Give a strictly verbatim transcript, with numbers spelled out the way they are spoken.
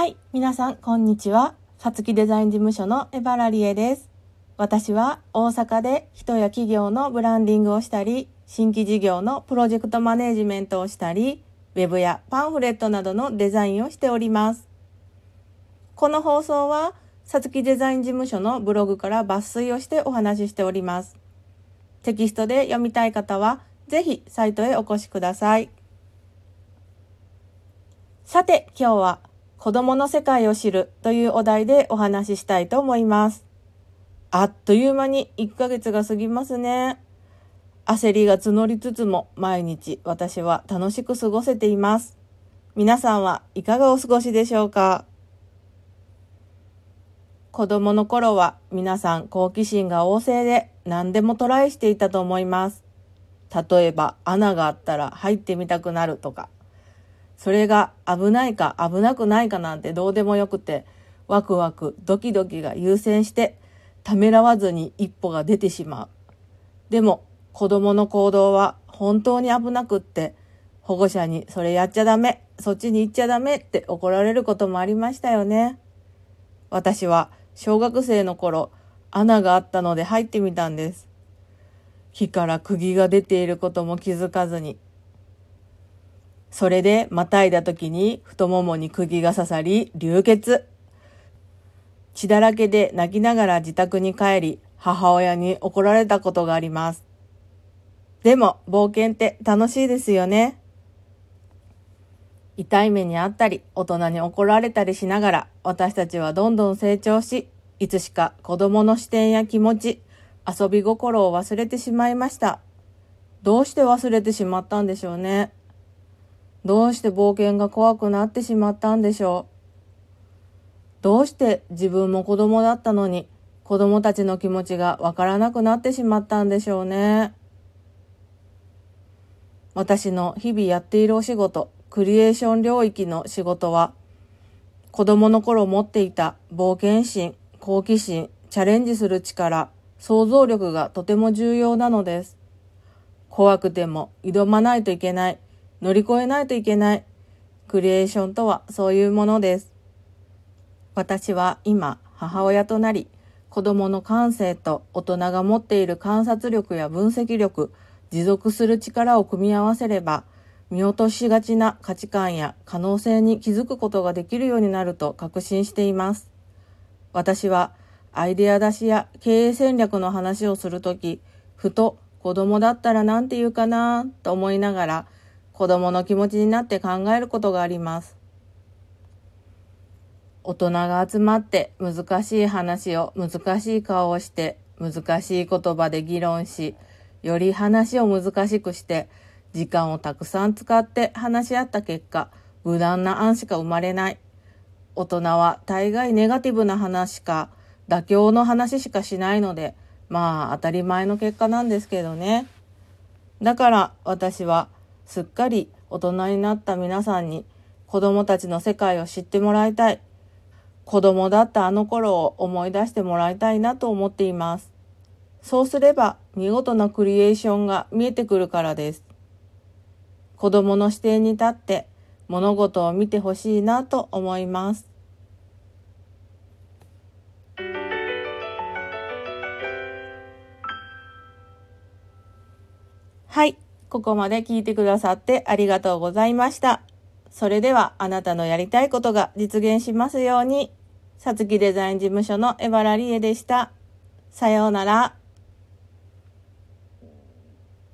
はい、皆さんこんにちは。さつきデザイン事務所のエバラリエです。私は大阪で人や企業のブランディングをしたり、新規事業のプロジェクトマネージメントをしたり、ウェブやパンフレットなどのデザインをしております。この放送はさつきデザイン事務所のブログから抜粋をしてお話ししております。テキストで読みたい方はぜひサイトへお越しください。さて今日は子供の世界を知るというお題でお話ししたいと思います。あっという間にいっかげつが過ぎますね。焦りが募りつつも毎日私は楽しく過ごせています。皆さんはいかがお過ごしでしょうか？子供の頃は皆さん好奇心が旺盛で何でもトライしていたと思います。例えば穴があったら入ってみたくなるとか、それが危ないか危なくないかなんてどうでもよくて、ワクワクドキドキが優先してためらわずに一歩が出てしまう。でも子供の行動は本当に危なくって、保護者にそれやっちゃダメ、そっちに行っちゃダメって怒られることもありましたよね。私は小学生の頃、穴があったので入ってみたんです。木から釘が出ていることも気づかずに。それでまたいだ時に太ももに釘が刺さり流血。血だらけで泣きながら自宅に帰り、母親に怒られたことがあります。でも冒険って楽しいですよね。痛い目にあったり、大人に怒られたりしながら、私たちはどんどん成長し、いつしか子供の視点や気持ち、遊び心を忘れてしまいました。どうして忘れてしまったんでしょうね。どうして冒険が怖くなってしまったんでしょう。どうして自分も子供だったのに、子供たちの気持ちがわからなくなってしまったんでしょうね。私の日々やっているお仕事、クリエーション領域の仕事は、子供の頃持っていた冒険心、好奇心、チャレンジする力、想像力がとても重要なのです。怖くても挑まないといけない、乗り越えないといけない。クリエーションとはそういうものです。私は今母親となり、子供の感性と大人が持っている観察力や分析力、持続する力を組み合わせれば、見落としがちな価値観や可能性に気づくことができるようになると確信しています。私はアイデア出しや経営戦略の話をするとき、ふと子供だったらなんて言うかなと思いながら、子供の気持ちになって考えることがあります。大人が集まって難しい話を難しい顔をして難しい言葉で議論し、より話を難しくして時間をたくさん使って話し合った結果、無難な案しか生まれない。大人は大概ネガティブな話か妥協の話しかしないので、まあ当たり前の結果なんですけどね。だから私はすっかり大人になった皆さんに子供たちの世界を知ってもらいたい。子供だったあの頃を思い出してもらいたいなと思っています。そうすれば見事なクリエーションが見えてくるからです。子供の視点に立って物事を見てほしいなと思います。はい。ここまで聞いてくださってありがとうございました。それではあなたのやりたいことが実現しますように。さつきデザイン事務所のエバラリエでした。さようなら。